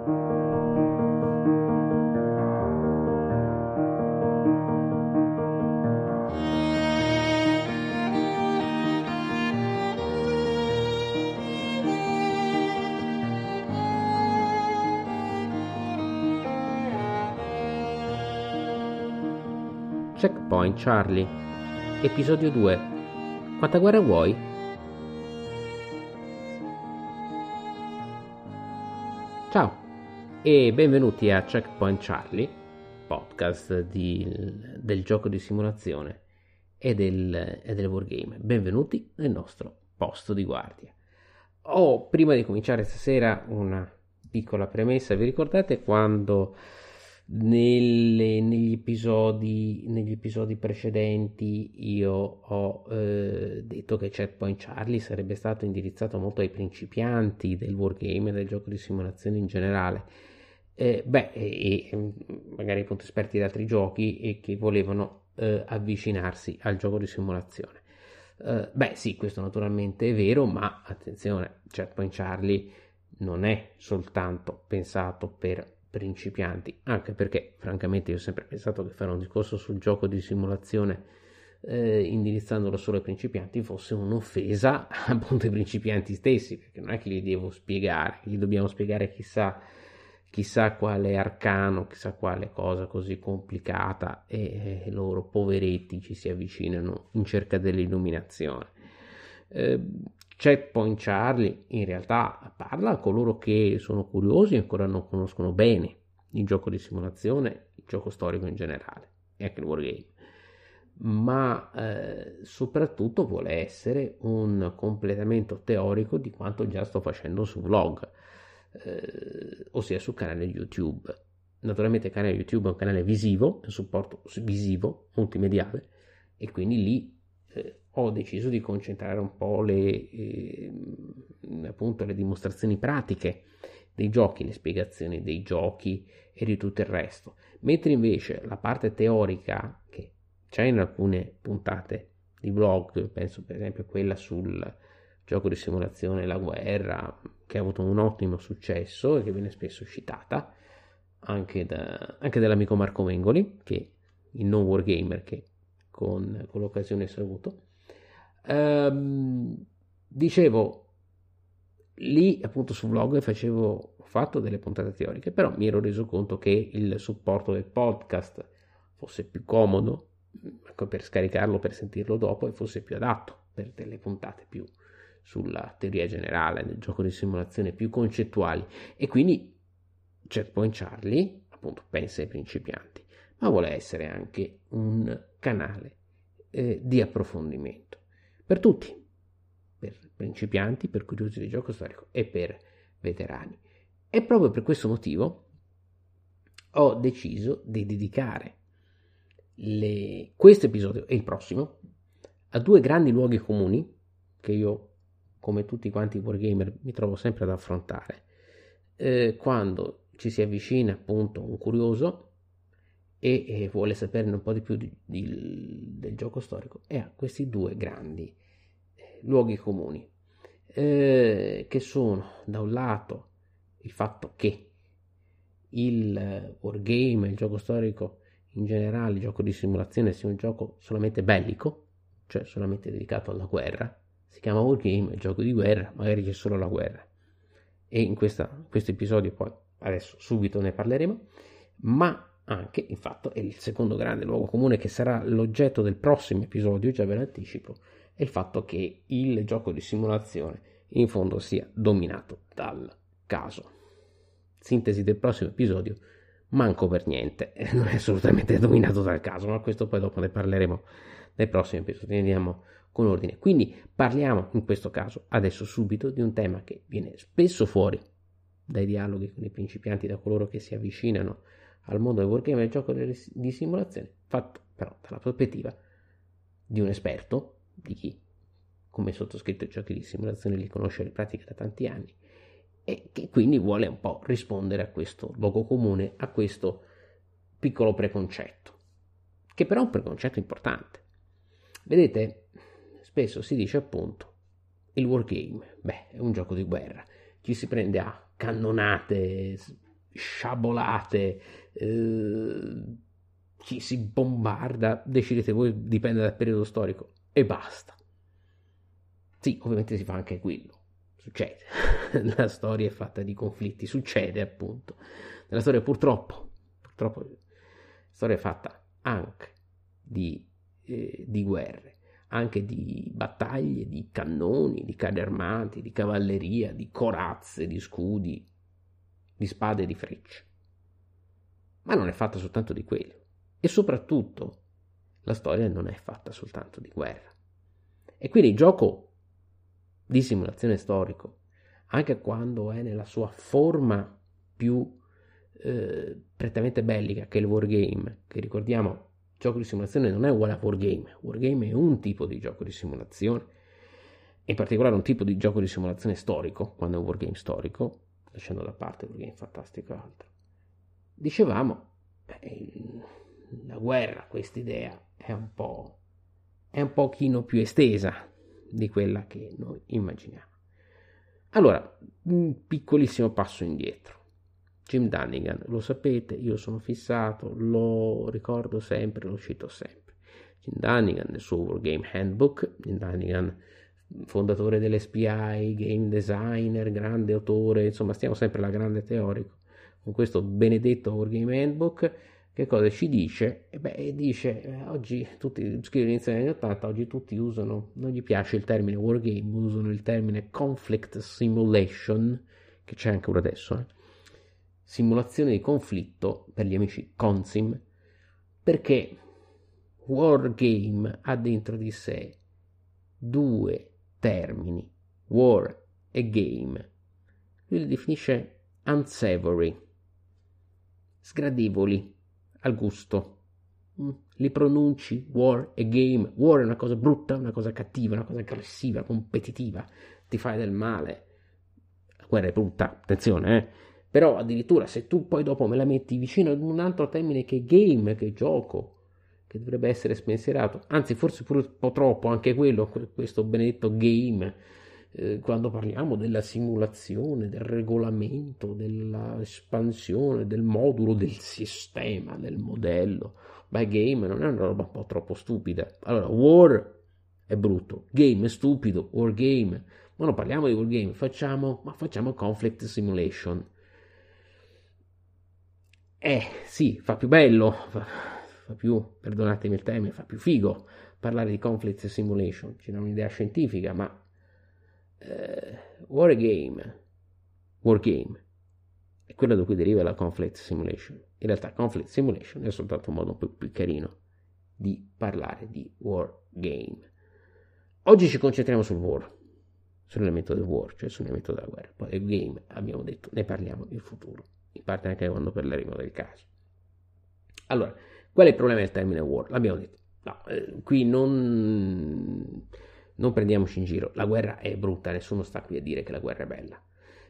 Checkpoint Charlie, episodio 2. Quanta guerra vuoi? Ciao e benvenuti a Checkpoint Charlie, podcast del gioco di simulazione e del wargame. Benvenuti nel nostro posto di guardia. Prima di cominciare stasera una piccola premessa. Vi ricordate quando negli episodi precedenti io ho detto che Checkpoint Charlie sarebbe stato indirizzato molto ai principianti del wargame e del gioco di simulazione in generale, magari appunto esperti di altri giochi e che volevano avvicinarsi al gioco di simulazione? Sì, questo naturalmente è vero, ma attenzione, Checkpoint Charlie non è soltanto pensato per principianti, anche perché francamente io ho sempre pensato che fare un discorso sul gioco di simulazione indirizzandolo solo ai principianti fosse un'offesa appunto ai principianti stessi, perché non è che gli dobbiamo spiegare chissà quale arcano, chissà quale cosa così complicata e loro poveretti ci si avvicinano in cerca dell'illuminazione. Checkpoint Charlie in realtà parla a coloro che sono curiosi e ancora non conoscono bene il gioco di simulazione, il gioco storico in generale e anche il wargame, ma soprattutto vuole essere un completamento teorico di quanto già sto facendo su vlog, ossia sul canale YouTube. Naturalmente il canale YouTube è un canale visivo, un supporto visivo, multimediale, e quindi lì ho deciso di concentrare un po' appunto le dimostrazioni pratiche dei giochi, le spiegazioni dei giochi e di tutto il resto, mentre invece la parte teorica che c'è in alcune puntate di vlog, penso per esempio a quella sul gioco di simulazione La Guerra, che ha avuto un ottimo successo e che viene spesso citata anche dall'amico Marco Mengoli, che il non wargamer che con l'occasione saluto. Dicevo, lì appunto su vlog ho fatto delle puntate teoriche, però mi ero reso conto che il supporto del podcast fosse più comodo per scaricarlo, per sentirlo dopo, e fosse più adatto per delle puntate più sulla teoria generale del gioco di simulazione, più concettuali, e quindi Checkpoint Charlie appunto pensa ai principianti, ma vuole essere anche un canale di approfondimento per tutti, per principianti, per curiosi di gioco storico e per veterani. E proprio per questo motivo ho deciso di dedicare questo episodio e il prossimo a due grandi luoghi comuni che io, come tutti quanti i wargamer, mi trovo sempre ad affrontare quando ci si avvicina appunto un curioso e vuole saperne un po' di più del gioco storico, e a questi due grandi luoghi comuni, che sono da un lato il fatto che il wargame, il gioco storico in generale, il gioco di simulazione sia un gioco solamente bellico, cioè solamente dedicato alla guerra. Si chiama wargame, il gioco di guerra, magari c'è solo la guerra, e in questo episodio poi adesso subito ne parleremo, ma anche il fatto, è il secondo grande luogo comune che sarà l'oggetto del prossimo episodio, già ve l'anticipo, è il fatto che il gioco di simulazione in fondo sia dominato dal caso. Sintesi del prossimo episodio: manco per niente, non è assolutamente dominato dal caso, ma questo poi dopo ne parleremo nel prossimo episodio. Andiamo con ordine. Quindi parliamo in questo caso adesso subito di un tema che viene spesso fuori dai dialoghi con i principianti, da coloro che si avvicinano al mondo del wargame e del gioco di simulazione, fatto però dalla prospettiva di un esperto, di chi come sottoscritto i giochi di simulazione li conosce e li pratica da tanti anni, e che quindi vuole un po' rispondere a questo luogo comune, a questo piccolo preconcetto, che però è un preconcetto importante. Vedete, spesso si dice appunto il wargame, è un gioco di guerra, ci si prende a cannonate sciabolate, ci si bombarda, decidete voi, dipende dal periodo storico, e basta. Sì, ovviamente si fa anche quello, succede, la storia è fatta di conflitti, succede appunto, nella storia purtroppo la storia è fatta anche di guerre, anche di battaglie, di cannoni, di carri armati, di cavalleria, di corazze, di scudi, di spade e di frecce. Ma non è fatta soltanto di quello. E soprattutto la storia non è fatta soltanto di guerra. E quindi il gioco di simulazione storico, anche quando è nella sua forma più prettamente bellica, che è il wargame, che ricordiamo, gioco di simulazione non è uguale a wargame. Wargame è un tipo di gioco di simulazione, in particolare un tipo di gioco di simulazione storico, quando è un wargame storico, lasciando da parte il wargame fantastico e altro. Dicevamo, la guerra, questa idea è un pochino più estesa di quella che noi immaginiamo. Allora, un piccolissimo passo indietro. Jim Dunnigan, lo sapete, io sono fissato, lo ricordo sempre, lo cito sempre. Jim Dunnigan nel suo Wargame Handbook, Jim Dunnigan fondatore dell'SPI, game designer, grande autore, insomma stiamo sempre alla grande teorico, con questo benedetto Wargame Handbook. Che cosa ci dice? Dice, oggi tutti, scrive all'inizio degli anni 80, oggi tutti usano, non gli piace il termine wargame, usano il termine conflict simulation, che c'è anche ora adesso, simulazione di conflitto, per gli amici consim, perché wargame ha dentro di sé due termini, war e game. Lui li definisce unsavory, sgradevoli al gusto. Li pronunci war e game. War è una cosa brutta, una cosa cattiva, una cosa aggressiva, competitiva, ti fai del male. La guerra è brutta, attenzione, però addirittura se tu poi dopo me la metti vicino ad un altro termine che game, che gioco, che dovrebbe essere spensierato, anzi forse pure un po' troppo anche quello, questo benedetto game, quando parliamo della simulazione, del regolamento, dell'espansione, del modulo, del sistema, del modello, game non è una roba un po' troppo stupida. Allora, war è brutto, game è stupido, war game, ma non parliamo di war game, facciamo conflict simulation. Sì, fa più bello, fa più, perdonatemi il termine, fa più figo parlare di conflict simulation, c'è un'idea scientifica, ma wargame è quello da cui deriva la conflict simulation. In realtà conflict simulation è soltanto un modo più carino di parlare di wargame. Oggi ci concentriamo sul war, sull'elemento del war, cioè sull'elemento della guerra. Poi il game, abbiamo detto, ne parliamo in futuro, in parte anche quando parleremo del caso. Allora, qual è il problema del termine war? L'abbiamo detto. No, qui non prendiamoci in giro, la guerra è brutta, nessuno sta qui a dire che la guerra è bella.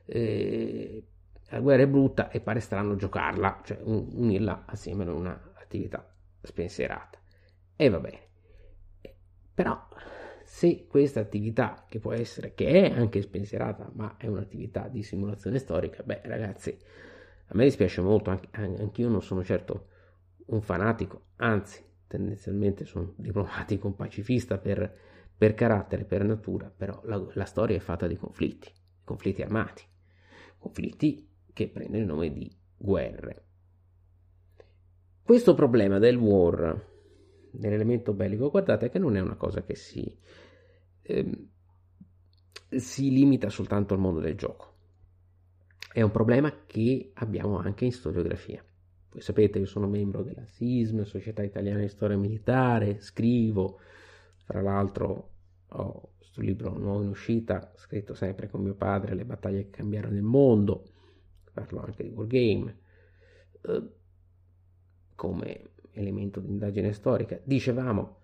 La guerra è brutta e pare strano giocarla, cioè unirla assieme a un'attività spensierata. E va bene. Però se questa attività, che può essere, che è anche spensierata, ma è un'attività di simulazione storica, ragazzi, a me dispiace molto, anch'io non sono certo un fanatico, anzi tendenzialmente sono diplomatico, un pacifista per carattere, per natura, però la storia è fatta di conflitti armati, conflitti che prendono il nome di guerre. Questo problema del war, dell'elemento bellico, guardate che non è una cosa che si limita soltanto al mondo del gioco, è un problema che abbiamo anche in storiografia. Voi sapete, io sono membro della SISM, Società Italiana di Storia Militare, scrivo, fra l'altro ho questo libro nuovo in uscita, scritto sempre con mio padre, Le battaglie che cambiarono il mondo, parlo anche di wargame, come elemento di indagine storica. Dicevamo,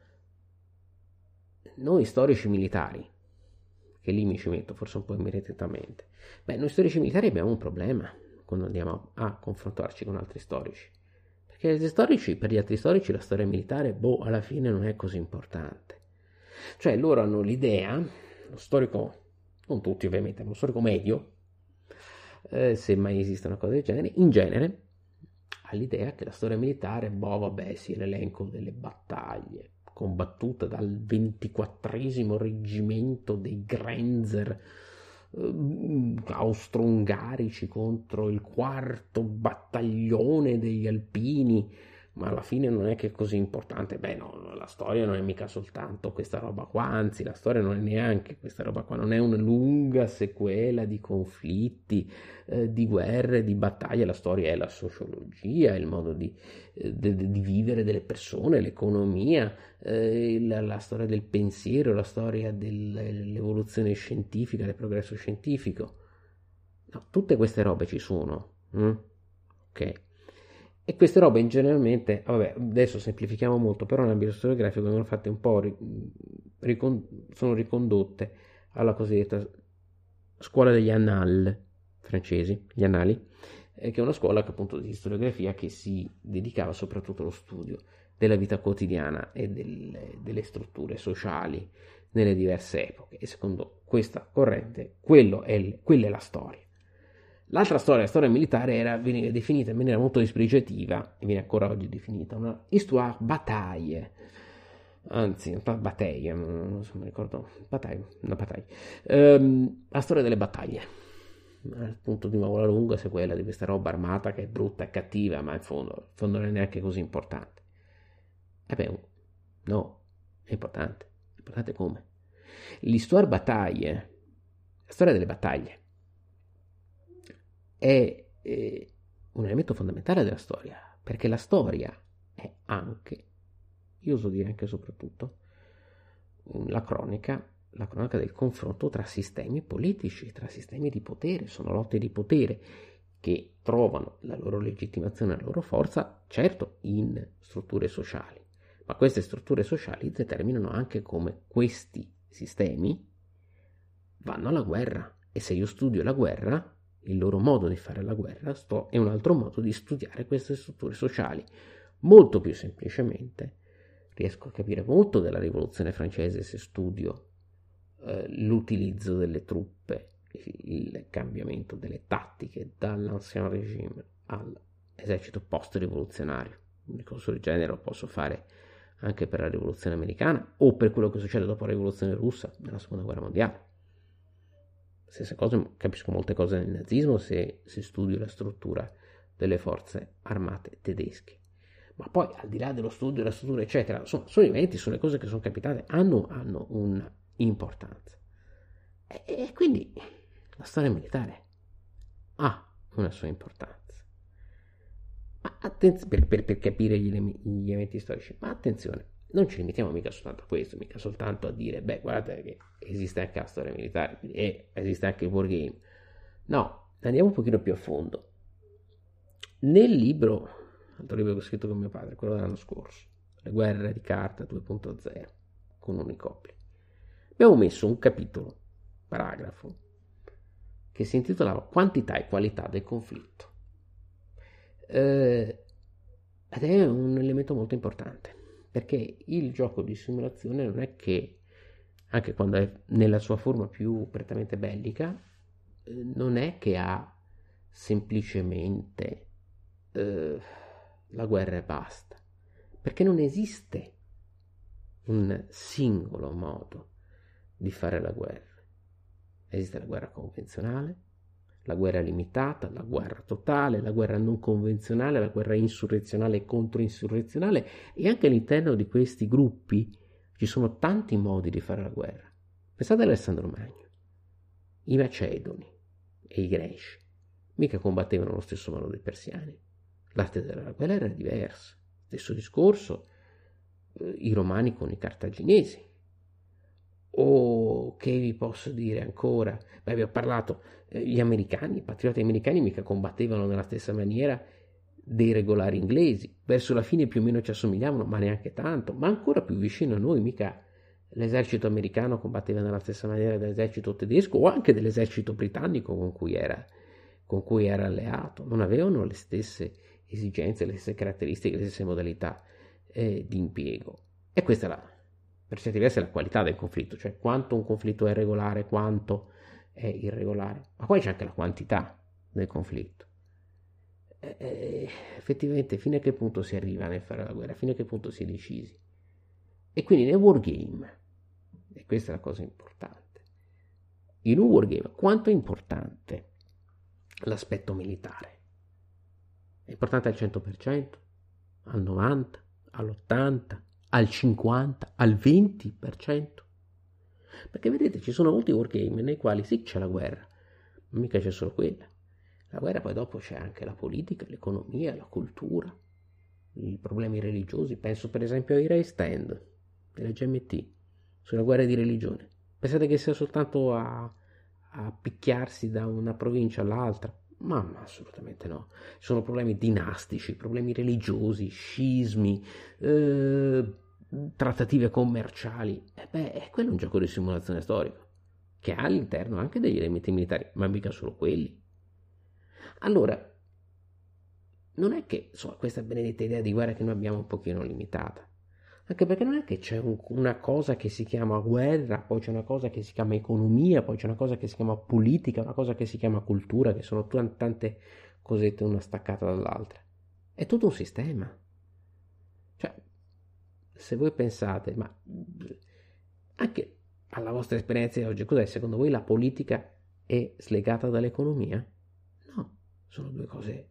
noi storici militari, che lì mi ci metto forse un po' immediatamente, noi storici militari abbiamo un problema quando andiamo a confrontarci con altri storici, perché per gli altri storici la storia militare alla fine non è così importante, cioè loro hanno l'idea, lo storico, non tutti ovviamente, ma lo storico medio se mai esiste una cosa del genere, in genere all'idea che la storia militare, sia l'elenco delle battaglie combattute dal 24° reggimento dei Grenzer austro-ungarici contro il 4° battaglione degli Alpini, ma alla fine non è che è così importante. Beh, no, la storia non è mica soltanto questa roba qua, anzi la storia non è neanche questa roba qua, non è una lunga sequela di conflitti, di guerre, di battaglie. La storia è la sociologia, il modo di vivere delle persone, l'economia, la storia del pensiero, la storia dell'evoluzione scientifica, del progresso scientifico. No, tutte queste robe ci sono, ok? E queste robe generalmente, vabbè, adesso semplifichiamo molto, però nell'ambito storiografico vengono fatte un po', sono ricondotte alla cosiddetta scuola degli annales francesi, gli annali, che è una scuola che appunto di storiografia che si dedicava soprattutto allo studio della vita quotidiana e delle strutture sociali nelle diverse epoche, e secondo questa corrente quella è la storia. L'altra storia, la storia militare, veniva definita in maniera molto dispregiativa, e viene ancora oggi definita una histoire bataille, anzi, battaglia, non so, mi ricordo, una battaglia, la storia delle battaglie, appunto di nuovo la lunga sequela di questa roba armata che è brutta e cattiva, ma in fondo non è neanche così importante. No, è importante come? L'histoire bataille, la storia delle battaglie, è un elemento fondamentale della storia, perché la storia è anche, io oso dire anche e soprattutto, la cronaca del confronto tra sistemi politici, tra sistemi di potere. Sono lotte di potere che trovano la loro legittimazione, la loro forza, certo, in strutture sociali, ma queste strutture sociali determinano anche come questi sistemi vanno alla guerra, e se io studio la guerra, il loro modo di fare la guerra è un altro modo di studiare queste strutture sociali. Molto più semplicemente riesco a capire molto della rivoluzione francese se studio l'utilizzo delle truppe, il cambiamento delle tattiche dall'ancien regime all'esercito post-rivoluzionario. Un corso del genere lo posso fare anche per la rivoluzione americana o per quello che succede dopo la rivoluzione russa nella seconda guerra mondiale. Stessa cosa, capisco molte cose nel nazismo se studio la struttura delle forze armate tedesche. Ma poi, al di là dello studio della struttura, eccetera, sono eventi, sono le cose che sono capitate, hanno un'importanza. E quindi la storia militare ha una sua importanza. Ma attenzione, per capire gli eventi storici, ma attenzione, non ci limitiamo mica soltanto a questo, mica soltanto a dire, guardate che esiste anche la storia militare, e esiste anche il wargame. No, andiamo un pochino più a fondo. Nel libro, l'altro libro che ho scritto con mio padre, quello dell'anno scorso, Le guerre di carta 2.0, con Unicopli, abbiamo messo un capitolo, paragrafo, che si intitolava Quantità e qualità del conflitto. Ed è un elemento molto importante, perché il gioco di simulazione non è che, anche quando è nella sua forma più prettamente bellica, non è che ha semplicemente la guerra e basta, perché non esiste un singolo modo di fare la guerra. Esiste la guerra convenzionale, la guerra limitata, la guerra totale, la guerra non convenzionale, la guerra insurrezionale e controinsurrezionale, e anche all'interno di questi gruppi ci sono tanti modi di fare la guerra. Pensate ad Alessandro Magno, i Macedoni e i Greci mica combattevano allo stesso modo dei Persiani, l'arte della guerra era diversa. Stesso discorso i Romani con i Cartaginesi. O che vi posso dire ancora? Vi ho parlato, gli americani, i patrioti americani mica combattevano nella stessa maniera dei regolari inglesi. Verso la fine più o meno ci assomigliavano, ma neanche tanto. Ma ancora più vicino a noi, mica l'esercito americano combatteva nella stessa maniera dell'esercito tedesco o anche dell'esercito britannico con cui era alleato. Non avevano le stesse esigenze, le stesse caratteristiche, le stesse modalità di impiego. E questa è per certi versi la qualità del conflitto, cioè quanto un conflitto è regolare, quanto è irregolare. Ma poi c'è anche la quantità del conflitto. Effettivamente fino a che punto si arriva nel fare la guerra, fino a che punto si è decisi. E quindi nel wargame, e questa è la cosa importante, in un wargame quanto è importante l'aspetto militare? È importante al 100%, al 90%, all'80%, al 50%, al 20%? Perché vedete, ci sono molti wargame nei quali sì c'è la guerra, ma mica c'è solo quella. La guerra poi dopo c'è anche la politica, l'economia, la cultura, i problemi religiosi. Penso per esempio ai race stand della GMT sulla guerra di religione. Pensate che sia soltanto a picchiarsi da una provincia all'altra? Ma assolutamente no. Ci sono problemi dinastici, problemi religiosi, scismi, trattative commerciali. Quello è un gioco di simulazione storica che ha all'interno anche degli elementi militari, ma mica solo quelli. Allora, non è che questa benedetta idea di guerra che noi abbiamo un pochino limitata, anche perché non è che c'è una cosa che si chiama guerra, poi c'è una cosa che si chiama economia, poi c'è una cosa che si chiama politica, una cosa che si chiama cultura, che sono tante cosette una staccata dall'altra. È tutto un sistema. Cioè, se voi pensate, ma anche alla vostra esperienza di oggi, cos'è secondo voi la politica è slegata dall'economia? No, sono due cose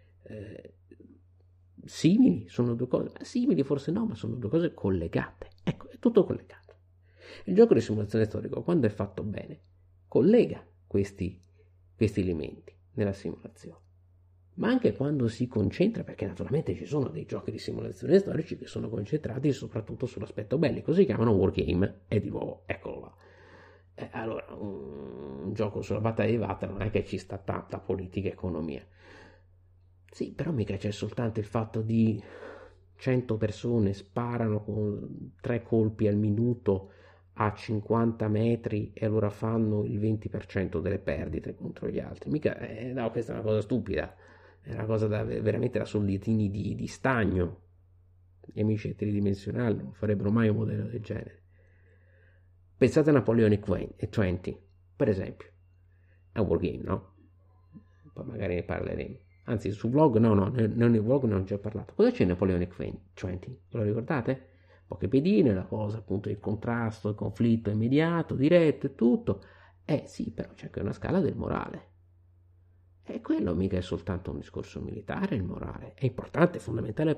simili, sono due cose, simili forse no, ma sono due cose collegate. Ecco, è tutto collegato. Il gioco di simulazione storico, quando è fatto bene, collega questi elementi nella simulazione. Ma anche quando si concentra, perché naturalmente ci sono dei giochi di simulazione storici che sono concentrati soprattutto sull'aspetto bellico, si chiamano wargame, e di nuovo, eccolo là. Allora, un gioco sulla battaglia di Waterloo non è che ci sta tanta politica e economia. Sì, però mica c'è soltanto il fatto di 100 persone sparano con 3 colpi al minuto a 50 metri e allora fanno il 20% delle perdite contro gli altri. Mica, no, questa è una cosa stupida, è una cosa veramente da soldatini di stagno. Gli amici tridimensionali non farebbero mai un modello del genere. Pensate a Napoleonic 20, per esempio. È un wargame, no? Poi magari ne parleremo. Anzi, sul vlog, nel vlog non ci ho parlato. Cosa c'è in Napoleonic 20? Ve lo ricordate? Poche pedine, la cosa appunto il contrasto, il conflitto immediato, diretto e tutto. Sì, però c'è anche una scala del morale. E quello mica è soltanto un discorso militare, il morale. È importante, è fondamentale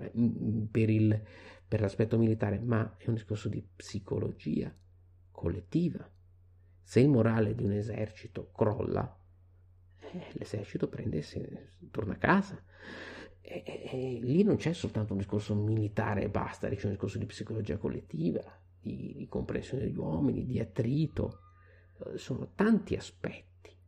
per l'aspetto militare, ma è un discorso di psicologia collettiva. Se il morale di un esercito crolla, l'esercito prende e torna a casa. E lì non c'è soltanto un discorso militare e basta, c'è un discorso di psicologia collettiva, di comprensione degli uomini, di attrito. Sono tanti aspetti.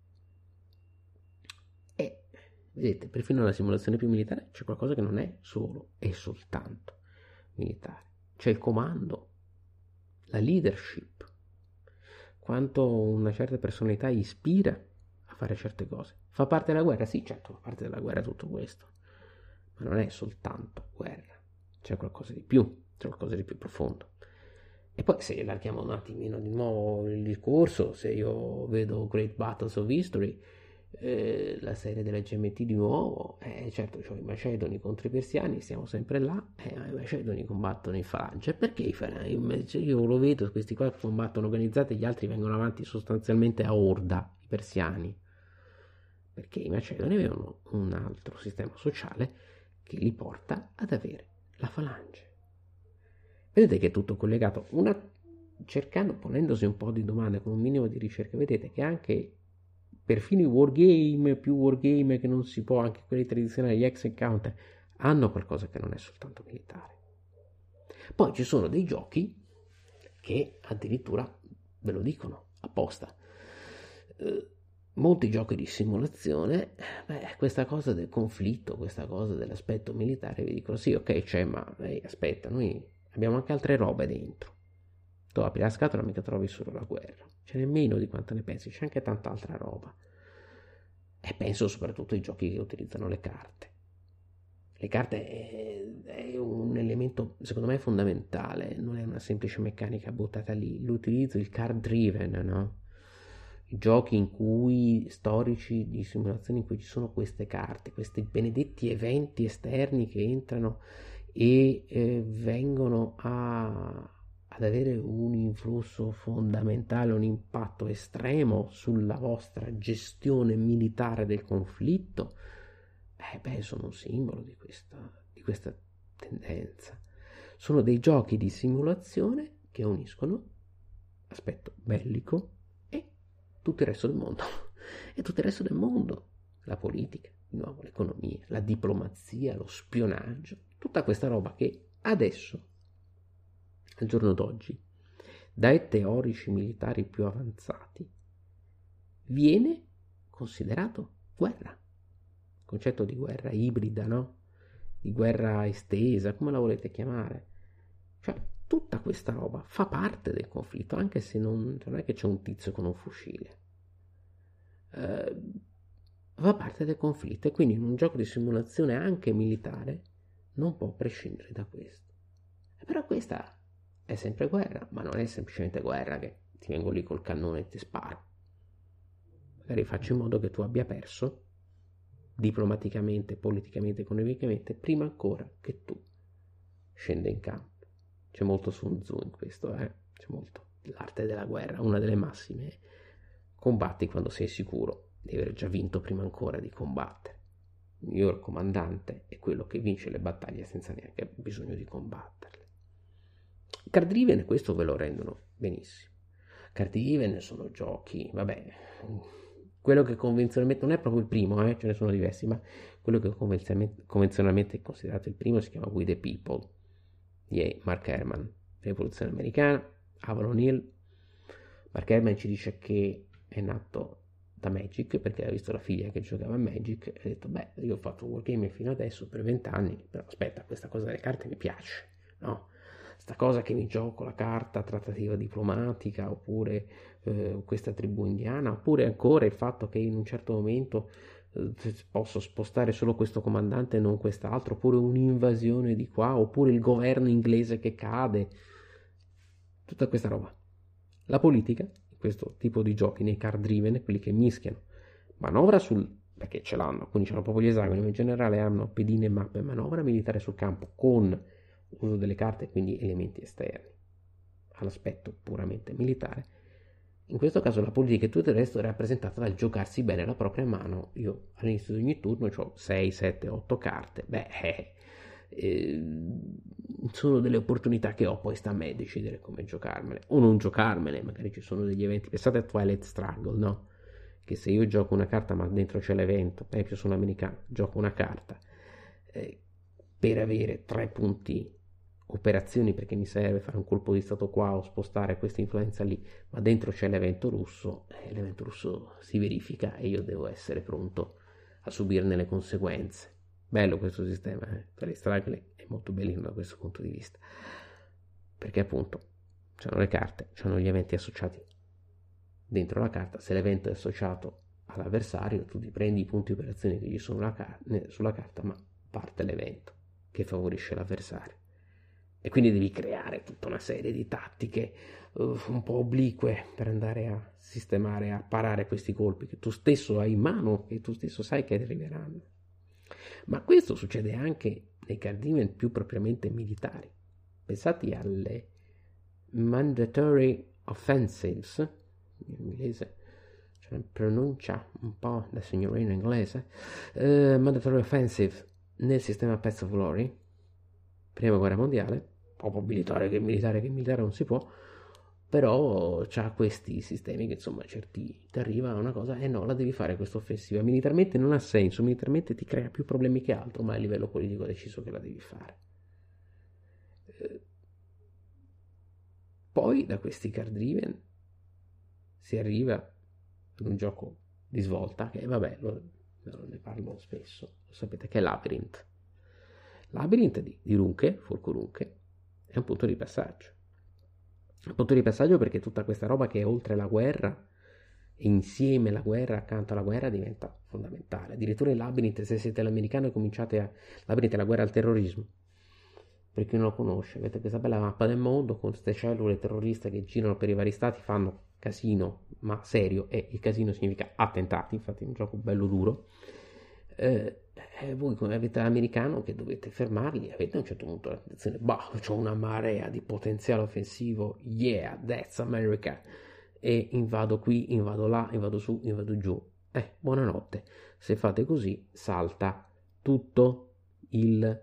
E vedete, perfino nella simulazione più militare c'è qualcosa che non è solo e soltanto militare. C'è il comando, la leadership, quanto una certa personalità ispira a fare certe cose. Fa parte della guerra? Sì, certo, fa parte della guerra tutto questo, ma non è soltanto guerra, c'è qualcosa di più, c'è qualcosa di più profondo. E poi se allarghiamo un attimino di nuovo il discorso, se io vedo Great Battles of History, la serie della GMT di nuovo, certo c'ho i Macedoni contro i Persiani, siamo sempre là, i Macedoni combattono in falange. Perché i falange? Io lo vedo, questi qua combattono organizzati, gli altri vengono avanti sostanzialmente a orda, i persiani, perché i Macedoni avevano un altro sistema sociale che li porta ad avere la falange. Vedete che è tutto collegato, ponendosi un po' di domande con un minimo di ricerca, vedete che anche perfino i wargame, più wargame che non si può, anche quelli tradizionali, gli Hex and Counter, hanno qualcosa che non è soltanto militare. Poi ci sono dei giochi che addirittura ve lo dicono apposta. Molti giochi di simulazione, questa cosa del conflitto, questa cosa dell'aspetto militare, vi dicono sì, ok, c'è, ma aspetta, noi abbiamo anche altre robe dentro. Tu apri la scatola, mica trovi solo la guerra, ce n'è meno di quanto ne pensi, c'è anche tanta altra roba. E penso soprattutto ai giochi che utilizzano le carte. Le carte è un elemento, secondo me, fondamentale, non è una semplice meccanica buttata lì. L'utilizzo, il card driven, no? giochi in cui storici di simulazione in cui ci sono queste carte, questi benedetti eventi esterni che entrano e vengono ad avere un influsso fondamentale, un impatto estremo sulla vostra gestione militare del conflitto, sono un simbolo di questa tendenza. Sono dei giochi di simulazione che uniscono aspetto bellico e tutto il resto del mondo. E tutto il resto del mondo, la politica, di nuovo l'economia, la diplomazia, lo spionaggio, tutta questa roba che adesso, al giorno d'oggi, dai teorici militari più avanzati, viene considerato guerra. Il concetto di guerra ibrida, no? Di guerra estesa, come la volete chiamare. Cioè, tutta questa roba fa parte del conflitto, anche se non è che c'è un tizio con un fucile. Fa parte del conflitto e quindi in un gioco di simulazione anche militare non può prescindere da questo. Però questa è sempre guerra, ma non è semplicemente guerra che ti vengo lì col cannone e ti sparo. Magari faccio in modo che tu abbia perso diplomaticamente, politicamente, economicamente, prima ancora che tu scenda in campo. C'è molto Sun Tzu in questo, c'è molto. L'arte della guerra, una delle massime: combatti quando sei sicuro di aver già vinto prima ancora di combattere. Il miglior comandante è quello che vince le battaglie senza neanche bisogno di combatterle. Card Driven questo ve lo rendono benissimo. Card Driven sono giochi, quello che convenzionalmente non è proprio il primo, ce ne sono diversi, ma quello che convenzionalmente è considerato il primo si chiama We the People di Mark Herman, Rivoluzione Americana, Avalon Hill. Mark Herman ci dice che è nato da Magic perché ha visto la figlia che giocava a Magic e ha detto io ho fatto Wargaming fino adesso per 20 anni, però aspetta, questa cosa delle carte mi piace, no? Sta cosa che mi gioco la carta trattativa diplomatica, oppure questa tribù indiana, oppure ancora il fatto che in un certo momento posso spostare solo questo comandante e non quest'altro, oppure un'invasione di qua, oppure il governo inglese che cade, tutta questa roba. La politica, questo tipo di giochi nei card driven, quelli che mischiano manovra perché ce l'hanno, alcuni hanno proprio gli esagoni, ma in generale hanno pedine, mappe, manovra militare sul campo con uso delle carte, quindi elementi esterni all'aspetto puramente militare. In questo caso la politica e tutto il resto è rappresentata dal giocarsi bene la propria mano. Io all'inizio di ogni turno ho 6, 7, 8 carte, sono delle opportunità che ho, poi sta a me decidere come giocarmele o non giocarmele. Magari ci sono degli eventi, pensate a Twilight Struggle, no? Che se io gioco una carta ma dentro c'è l'evento, per esempio sono americano, gioco una carta per avere 3 punti operazioni perché mi serve fare un colpo di stato qua o spostare questa influenza lì, ma dentro c'è l'evento russo si verifica e io devo essere pronto a subirne le conseguenze. Bello questo sistema, per Struggle è molto bellino da questo punto di vista, perché appunto c'hanno le carte, c'hanno gli eventi associati dentro la carta. Se l'evento è associato all'avversario, tu ti prendi i punti operazioni che gli sono sulla carta, ma parte l'evento che favorisce l'avversario. E quindi devi creare tutta una serie di tattiche un po' oblique per andare a sistemare, a parare questi colpi che tu stesso hai in mano e tu stesso sai che arriveranno. Ma questo succede anche nei card driven più propriamente militari. Pensate alle mandatory offensives, in inglese c'è una pronuncia un po' da signorino inglese, mandatory offensive nel sistema Paths of Glory, prima guerra mondiale, proprio militare che militare non si può, però c'ha questi sistemi che insomma certi ti arriva a una cosa e no, la devi fare questa offensiva. Militarmente non ha senso, militarmente ti crea più problemi che altro, ma a livello politico ha deciso che la devi fare. Poi da questi card driven si arriva ad un gioco di svolta che ne parlo spesso, lo sapete, che è Labyrinth. Labyrinth di Runke, Folco Runke, è un punto di passaggio. Un punto di passaggio perché tutta questa roba che è oltre la guerra e insieme la guerra, accanto alla guerra, diventa fondamentale. Addirittura in Labyrinth, se siete l'americano, Labyrinth è la guerra al terrorismo. Per chi non lo conosce, avete questa bella mappa del mondo con queste cellule terroriste che girano per i vari stati, fanno casino, ma serio, e il casino significa attentati, infatti è un gioco bello duro. Voi come avete l'americano che dovete fermarli, avete a un certo punto la tentazione, c'ho una marea di potenziale offensivo, yeah, that's America, e invado qui, invado là, invado su, invado giù. Buonanotte. Se fate così, salta tutto il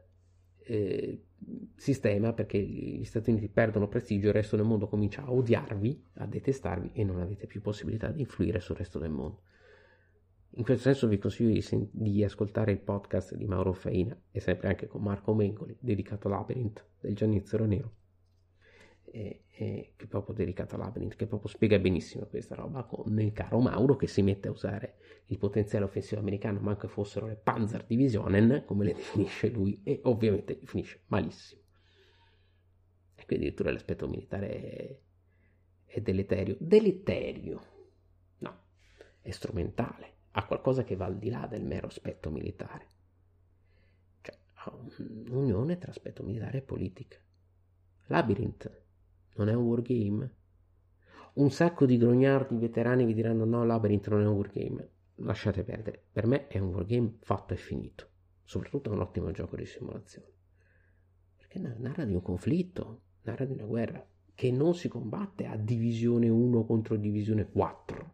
sistema, perché gli Stati Uniti perdono prestigio, il resto del mondo comincia a odiarvi, a detestarvi, e non avete più possibilità di influire sul resto del mondo. In questo senso vi consiglio di ascoltare il podcast di Mauro Faina, e sempre anche con Marco Mengoli, dedicato a Labyrinth, del Giannizzero Nero, che è proprio dedicato a Labyrinth, che proprio spiega benissimo questa roba, con il caro Mauro che si mette a usare il potenziale offensivo americano, ma anche fossero le Panzerdivisionen, come le definisce lui, e ovviamente finisce malissimo. E qui addirittura l'aspetto militare è deleterio, no, è strumentale, ha qualcosa che va al di là del mero aspetto militare, cioè ha un'unione tra aspetto militare e politica. Labyrinth non è un wargame? Un sacco di grognardi veterani vi diranno no, Labyrinth non è un wargame. Lasciate perdere, per me è un wargame fatto e finito, soprattutto è un ottimo gioco di simulazione, perché narra di un conflitto, narra di una guerra che non si combatte a divisione 1 contro divisione 4,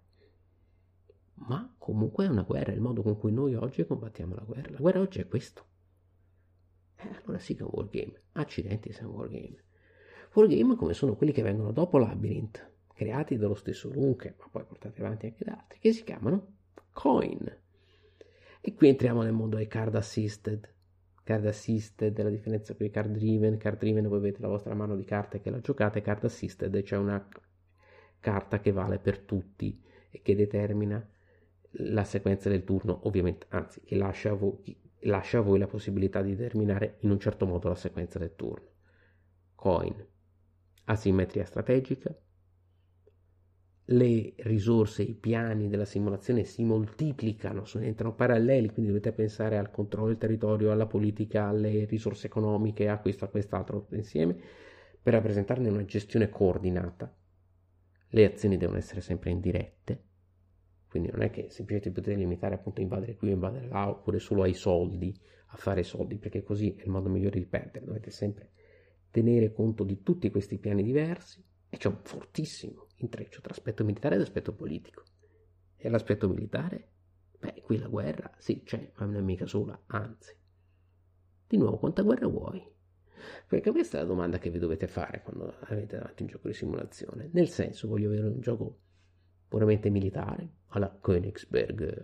ma comunque è una guerra, è il modo con cui noi oggi combattiamo la guerra. La guerra oggi è questo. Allora sì che è un wargame, accidenti se è un wargame. Wargame come sono quelli che vengono dopo Labyrinth, creati dallo stesso Lunke, ma poi portati avanti anche da altri, che si chiamano Coin. E qui entriamo nel mondo dei card assisted. Card assisted, la differenza con i card driven. Card driven voi avete la vostra mano di carte che la giocate, card assisted c'è una carta che vale per tutti e che determina la sequenza del turno, ovviamente, anzi, che lascia a voi la possibilità di determinare in un certo modo la sequenza del turno. Coin, asimmetria strategica, le risorse, i piani della simulazione si moltiplicano, entrano paralleli, quindi dovete pensare al controllo del territorio, alla politica, alle risorse economiche, a questo, a quest'altro insieme, per rappresentarne una gestione coordinata. Le azioni devono essere sempre indirette, quindi non è che semplicemente potete limitare appunto a invadere qui o invadere là, oppure solo ai soldi, a fare soldi, perché così è il modo migliore di perdere. Dovete sempre tenere conto di tutti questi piani diversi, e c'è un fortissimo intreccio tra aspetto militare ed aspetto politico. E l'aspetto militare? Qui la guerra, sì, c'è, ma non è mica sola, anzi. Di nuovo, quanta guerra vuoi? Perché questa è la domanda che vi dovete fare quando avete davanti un gioco di simulazione. Nel senso, voglio avere un gioco puramente militare, alla Königsberg,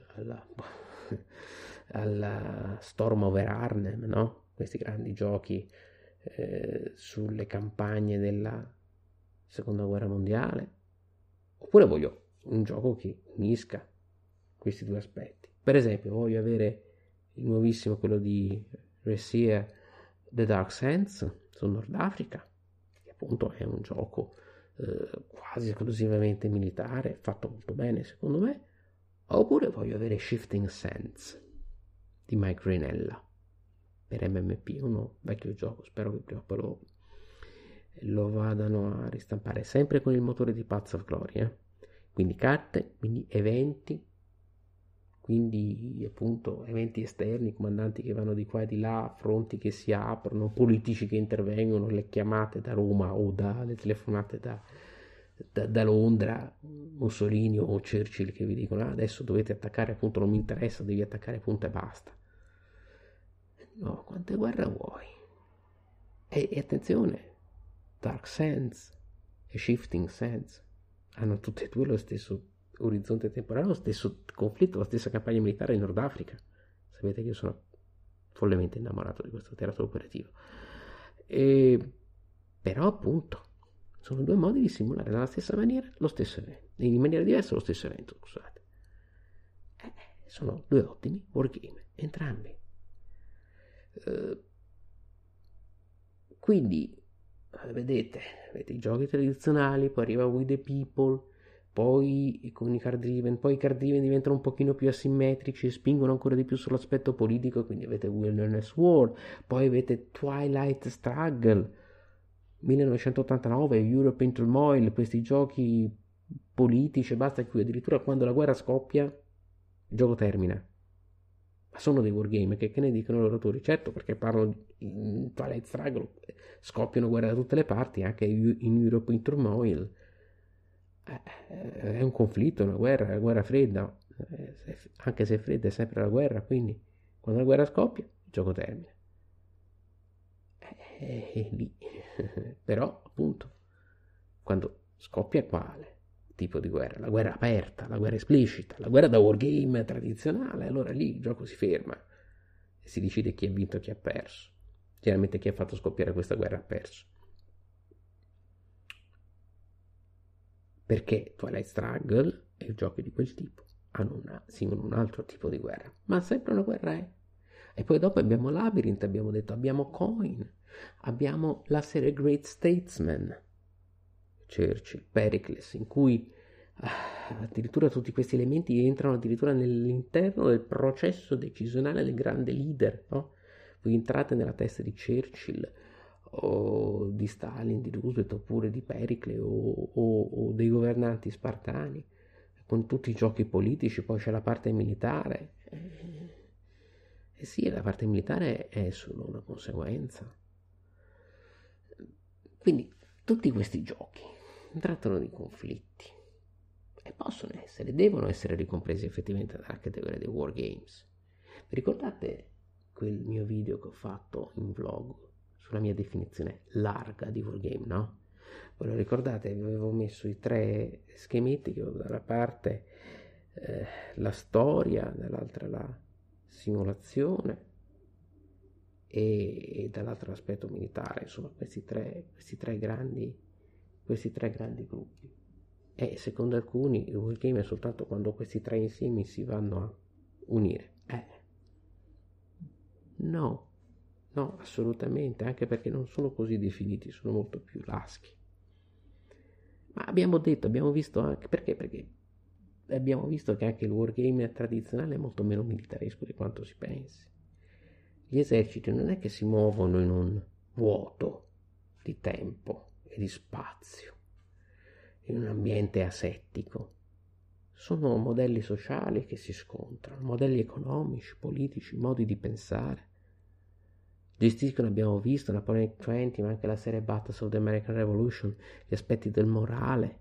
alla Storm over Arnhem, no? Questi grandi giochi sulle campagne della seconda guerra mondiale, oppure voglio un gioco che unisca questi due aspetti. Per esempio, voglio avere il nuovissimo, quello di Ressia, The Dark Sands sul Nord Africa, che appunto è un gioco quasi esclusivamente militare, fatto molto bene secondo me. Oppure voglio avere Shifting Sands di Mike Grinella per MMP, uno vecchio gioco, spero che prima o poi lo vadano a ristampare, sempre con il motore di Paths of Glory, quindi carte, quindi eventi, quindi appunto eventi esterni, comandanti che vanno di qua e di là, fronti che si aprono, politici che intervengono, le chiamate da Roma o le telefonate da Londra, Mussolini o Churchill che vi dicono adesso dovete attaccare, appunto non mi interessa, devi attaccare, punto e basta. No, quante guerre vuoi? E attenzione, Dark Sands e Shifting Sands hanno tutte e due lo stesso orizzonte temporale, lo stesso conflitto, la stessa campagna militare in Nord Africa. Sapete che io sono follemente innamorato di questo teatro operativo. Però appunto sono due modi di simulare nella stessa maniera lo stesso evento, in maniera diversa lo stesso evento, scusate. Sono due ottimi wargame, entrambi. Quindi vedete i giochi tradizionali, poi arriva We the People, poi con i card driven, poi i card driven diventano un pochino più asimmetrici e spingono ancora di più sull'aspetto politico, quindi avete Wilderness War, poi avete Twilight Struggle 1989, Europe in Turmoil, questi giochi politici e basta, in cui addirittura quando la guerra scoppia il gioco termina. Ma sono dei wargame che ne dicono loro autori? Certo, perché parlano in Twilight Struggle, scoppiano guerre da tutte le parti, anche in Europe in Turmoil. È un conflitto, una guerra fredda, anche se fredda è sempre la guerra, quindi quando la guerra scoppia il gioco termina. È lì. Però appunto quando scoppia quale tipo di guerra? La guerra aperta, la guerra esplicita, la guerra da wargame tradizionale, allora lì il gioco si ferma e si decide chi ha vinto e chi ha perso. Generalmente chi ha fatto scoppiare questa guerra ha perso. Perché Twilight Struggle e giochi di quel tipo simulano un altro tipo di guerra, ma sempre una guerra è. E poi dopo abbiamo Labyrinth, abbiamo detto, abbiamo Coin, abbiamo la serie Great Statesman, Churchill, Pericles, in cui addirittura tutti questi elementi entrano addirittura nell'interno del processo decisionale del grande leader, no? Voi entrate nella testa di Churchill o di Stalin, di Roosevelt oppure di Pericle o dei governanti spartani, con tutti i giochi politici. Poi c'è la parte militare, e sì, la parte militare è solo una conseguenza. Quindi tutti questi giochi trattano di conflitti e possono essere, devono essere ricompresi effettivamente nella categoria dei wargames. Vi ricordate quel mio video che ho fatto in vlog sulla mia definizione larga di wargame, no? Ve lo ricordate? Vi avevo messo i 3 schemetti che ho dalla parte la storia, dall'altra la simulazione e dall'altro l'aspetto militare. Insomma, questi tre grandi gruppi. E secondo alcuni il wargame è soltanto quando questi 3 insiemi si vanno a unire. No, assolutamente, anche perché non sono così definiti, sono molto più laschi. Ma abbiamo visto anche perché abbiamo visto che anche il wargame tradizionale è molto meno militaresco di quanto si pensi. Gli eserciti non è che si muovono in un vuoto di tempo e di spazio, in un ambiente asettico. Sono modelli sociali che si scontrano, modelli economici, politici, modi di pensare. Gestiscono, abbiamo visto, Napoleonic 20, ma anche la serie Battles of the American Revolution, gli aspetti del morale,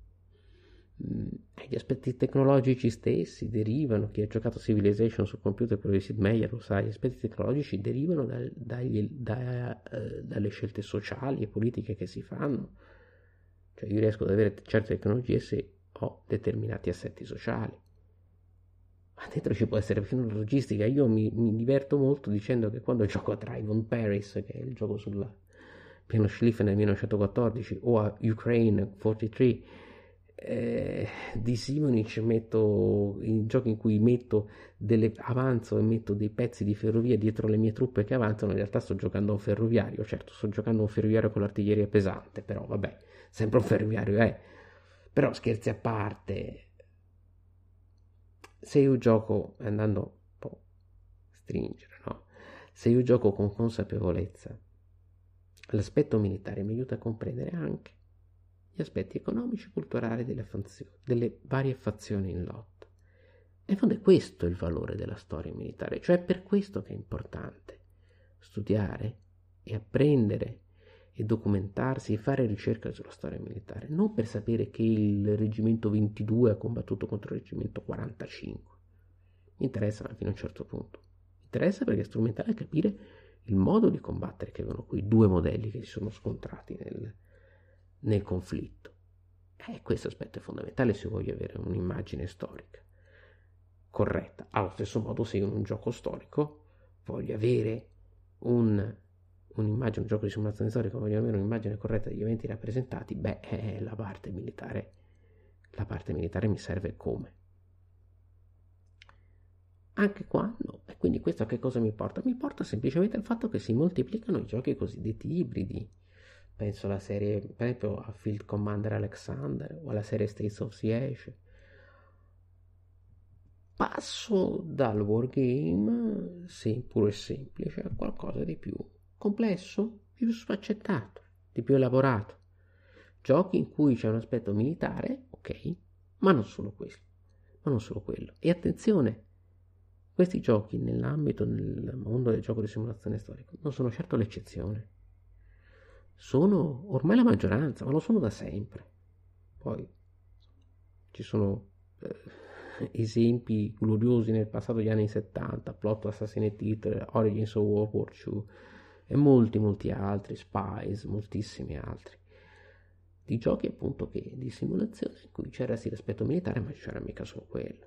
gli aspetti tecnologici stessi derivano, chi ha giocato Civilization sul computer quello di Sid Meier lo sa, gli aspetti tecnologici derivano dalle scelte sociali e politiche che si fanno. Cioè io riesco ad avere certe tecnologie se ho determinati assetti sociali. Ma dentro ci può essere perfino la logistica. Io mi diverto molto dicendo che quando gioco a Drive on Paris, che è il gioco sul piano Schlieffen nel 1914, o a Ukraine 43 di Simonic, metto in giochi in cui avanzo e metto dei pezzi di ferrovia dietro le mie truppe che avanzano, in realtà sto giocando a un ferroviario. Certo, sto giocando a un ferroviario con l'artiglieria pesante, però vabbè, sempre un ferroviario è. Però scherzi a parte, se io gioco, andando un po' a stringere, no? Se io gioco con consapevolezza, l'aspetto militare mi aiuta a comprendere anche gli aspetti economici e culturali delle varie fazioni in lotta. E in fondo è questo il valore della storia militare, cioè è per questo che è importante studiare e apprendere e documentarsi e fare ricerca sulla storia militare, non per sapere che il reggimento 22 ha combattuto contro il reggimento 45. Mi interessa fino a un certo punto. Mi interessa perché è strumentale capire il modo di combattere che avevano quei 2 modelli che si sono scontrati nel conflitto. Questo aspetto è fondamentale se voglio avere un'immagine storica corretta. Allo stesso modo, se io in un gioco storico voglio avere un'immagine, un gioco di simulazione storica, voglio avere un'immagine corretta degli eventi rappresentati, la parte militare mi serve come. Anche quando, e quindi questo a che cosa mi porta? Mi porta semplicemente al fatto che si moltiplicano i giochi cosiddetti ibridi. Penso alla serie, per esempio a Field Commander Alexander o alla serie States of Siege. Passo dal wargame puro e semplice a qualcosa di più complesso, più sfaccettato, di più elaborato, Giochi in cui c'è un aspetto militare, ok, ma non solo quello. E attenzione, questi giochi nell'ambito, nel mondo del gioco di simulazione storico, non sono certo l'eccezione. Sono ormai la maggioranza, ma lo sono da sempre. Poi ci sono esempi gloriosi nel passato degli anni 70, Plot Assassinate Hitler, Origins of World War II e molti altri, Spies, moltissimi altri. Di giochi appunto di simulazione in cui c'era sì l'aspetto militare, ma c'era mica solo quello.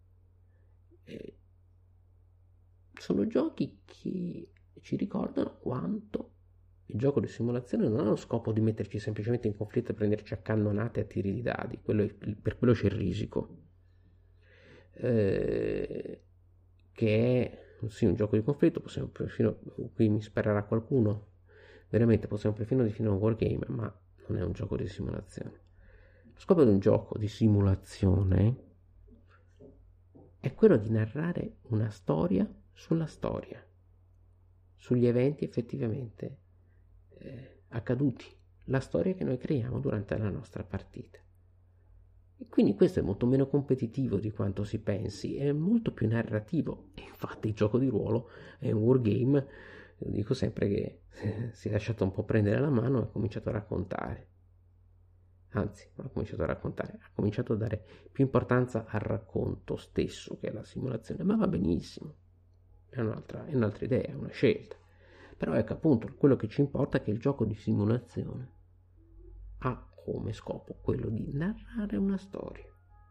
Sono giochi che ci ricordano quanto il gioco di simulazione non ha lo scopo di metterci semplicemente in conflitto e prenderci a cannonate a tiri di dadi, per quello c'è il risico, che è sì un gioco di conflitto, possiamo perfino, qui mi sparerà qualcuno, veramente possiamo perfino definire un wargame, ma non è un gioco di simulazione. Lo scopo di un gioco di simulazione è quello di narrare una storia sulla storia, sugli eventi effettivamente accaduti, la storia che noi creiamo durante la nostra partita. E quindi questo è molto meno competitivo di quanto si pensi, è molto più narrativo. E infatti il gioco di ruolo è un wargame, dico sempre che si è lasciato un po' prendere la mano e ha cominciato a raccontare. Anzi, non ha cominciato a raccontare, ha cominciato a dare più importanza al racconto stesso che alla simulazione, ma va benissimo, è un'altra idea, è una scelta. Però ecco appunto, quello che ci importa è che il gioco di simulazione ha come scopo quello di narrare una storia.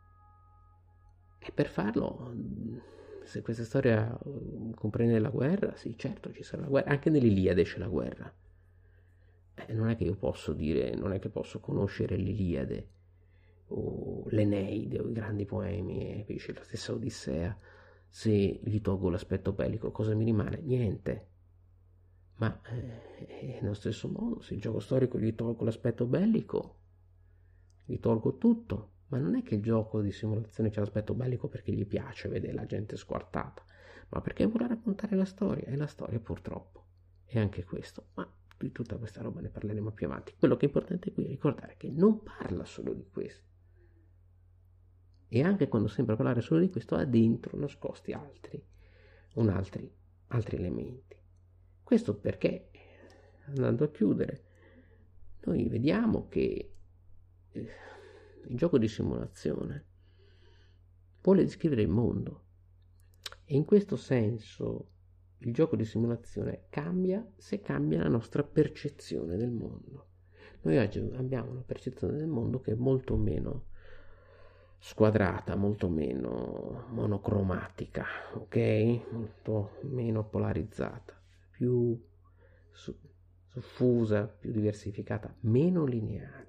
E per farlo, se questa storia comprende la guerra, sì certo ci sarà la guerra, anche nell'Iliade c'è la guerra. Non è che io posso dire, non è che posso conoscere l'Iliade o l'Eneide o i grandi poemi, capisci, la stessa Odissea, se gli tolgo l'aspetto bellico, cosa mi rimane? Niente. Ma nello stesso modo, se il gioco storico gli tolgo l'aspetto bellico, gli tolgo tutto. Ma non è che il gioco di simulazione c'è l'aspetto bellico perché gli piace vedere la gente squartata, ma perché vuole raccontare la storia, e la storia purtroppo è anche questo. Ma di tutta questa roba ne parleremo più avanti. Quello che è importante qui è ricordare che non parla solo di questo. E anche quando sembra parlare solo di questo, ha dentro nascosti altri elementi. Questo perché, andando a chiudere, noi vediamo che il gioco di simulazione vuole descrivere il mondo e in questo senso il gioco di simulazione cambia se cambia la nostra percezione del mondo. Noi oggi abbiamo una percezione del mondo che è molto meno squadrata, molto meno monocromatica, ok? Molto meno polarizzata, più soffusa, più diversificata, meno lineare.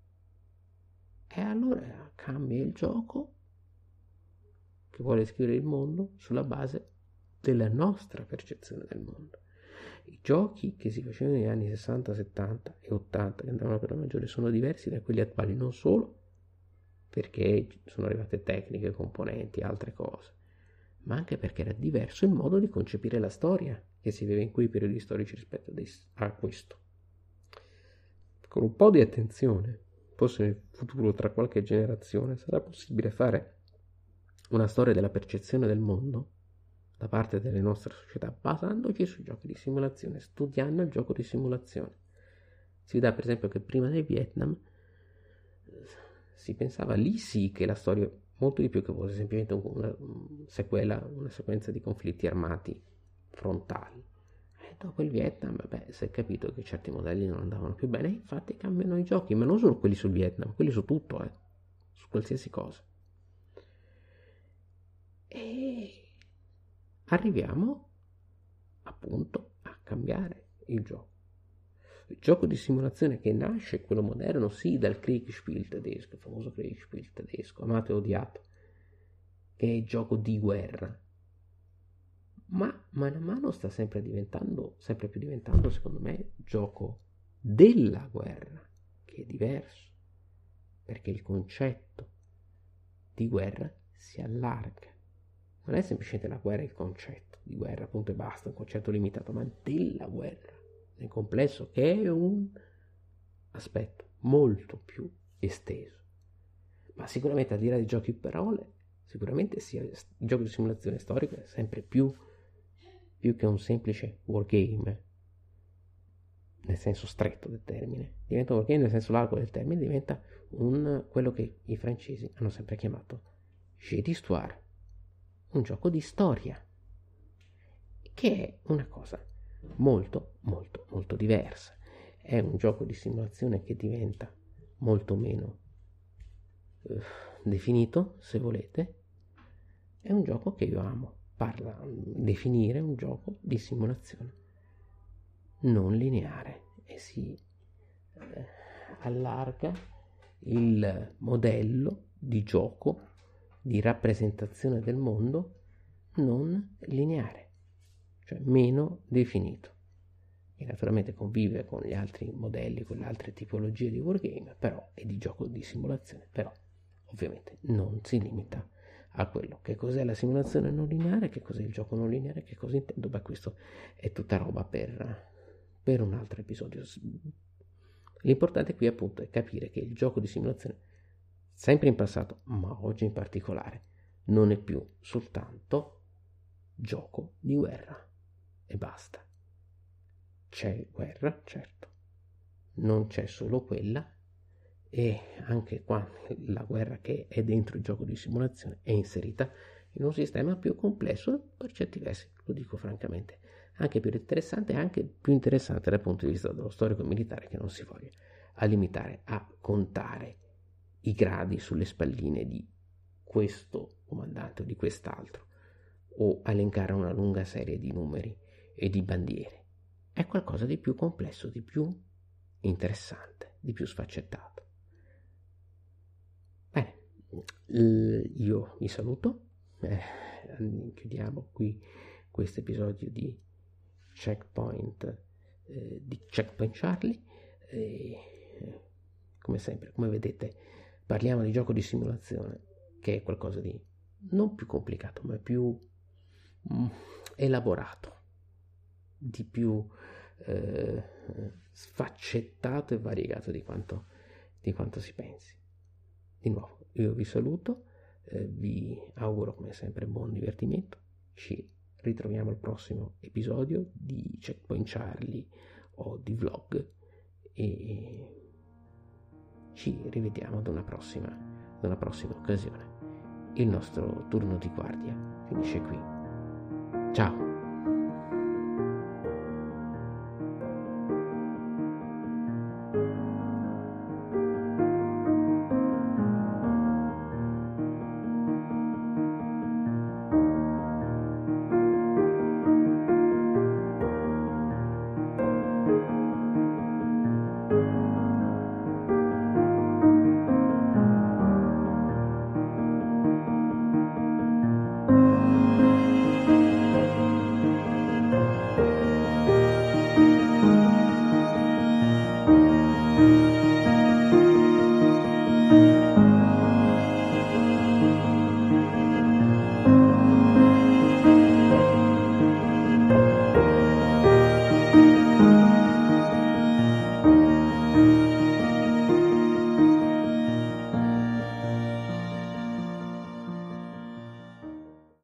E allora cambia il gioco che vuole scrivere il mondo sulla base della nostra percezione del mondo. I giochi che si facevano negli anni 60, 70 e 80, che andavano per la maggiore, sono diversi da quelli attuali, non solo perché sono arrivate tecniche, componenti, altre cose, ma anche perché era diverso il modo di concepire la storia che si viveva in quei periodi storici rispetto a questo. Con un po' di attenzione, forse nel futuro, tra qualche generazione, sarà possibile fare una storia della percezione del mondo da parte delle nostre società basandoci sui giochi di simulazione, studiando il gioco di simulazione. Si vede per esempio che prima del Vietnam si pensava lì sì che la storia, molto di più che fosse semplicemente una sequenza di conflitti armati frontali. E dopo il Vietnam, si è capito che certi modelli non andavano più bene, infatti cambiano i giochi, ma non solo quelli sul Vietnam, quelli su tutto, su qualsiasi cosa. E arriviamo appunto a cambiare il gioco. Il gioco di simulazione che nasce, quello moderno, sì, dal Kriegspiel tedesco, il famoso Kriegspiel tedesco, amato e odiato, che è il gioco di guerra. Ma mano a mano sta sempre più diventando, secondo me, gioco della guerra, che è diverso, perché il concetto di guerra si allarga. Non è semplicemente la guerra il concetto di guerra, punto e basta, un concetto limitato, ma della guerra nel complesso, che è un aspetto molto più esteso. Ma sicuramente, al di là di giochi per parole, sicuramente sia il gioco di simulazione storica è sempre più che un semplice wargame nel senso stretto del termine, diventa un wargame nel senso largo del termine, diventa quello che i francesi hanno sempre chiamato jeu d'histoire, un gioco di storia, che è una cosa molto molto molto diversa. È un gioco di simulazione che diventa molto meno definito, se volete. È un gioco che io amo definire un gioco di simulazione non lineare, e si allarga il modello di gioco, di rappresentazione del mondo non lineare, cioè meno definito, e naturalmente convive con gli altri modelli, con le altre tipologie di wargame, però è di gioco di simulazione, però ovviamente non si limita a quello. Che cos'è la simulazione non lineare, che cos'è il gioco non lineare, che cosa intendo? Beh, questo è tutta roba per un altro episodio. L'importante qui appunto è capire che il gioco di simulazione, sempre in passato, ma oggi in particolare, non è più soltanto gioco di guerra e basta. C'è guerra, certo, non c'è solo quella, e anche qua la guerra che è dentro il gioco di simulazione è inserita in un sistema più complesso, per certi versi, lo dico francamente, anche più interessante, anche più interessante dal punto di vista dello storico militare, che non si voglia a limitare a contare i gradi sulle spalline di questo comandante o di quest'altro, o a elencare una lunga serie di numeri e di bandiere. È qualcosa di più complesso, di più interessante, di più sfaccettato. Bene, io vi saluto, chiudiamo qui questo episodio di Checkpoint Charlie. Come sempre, come vedete, parliamo di gioco di simulazione, che è qualcosa di non più complicato, ma più elaborato, di più sfaccettato e variegato di quanto si pensi. Di nuovo, io vi saluto, vi auguro come sempre buon divertimento. Ci ritroviamo al prossimo episodio di Checkpoint Charlie o di vlog, e ci rivediamo ad una prossima occasione. Il nostro turno di guardia finisce qui. Ciao!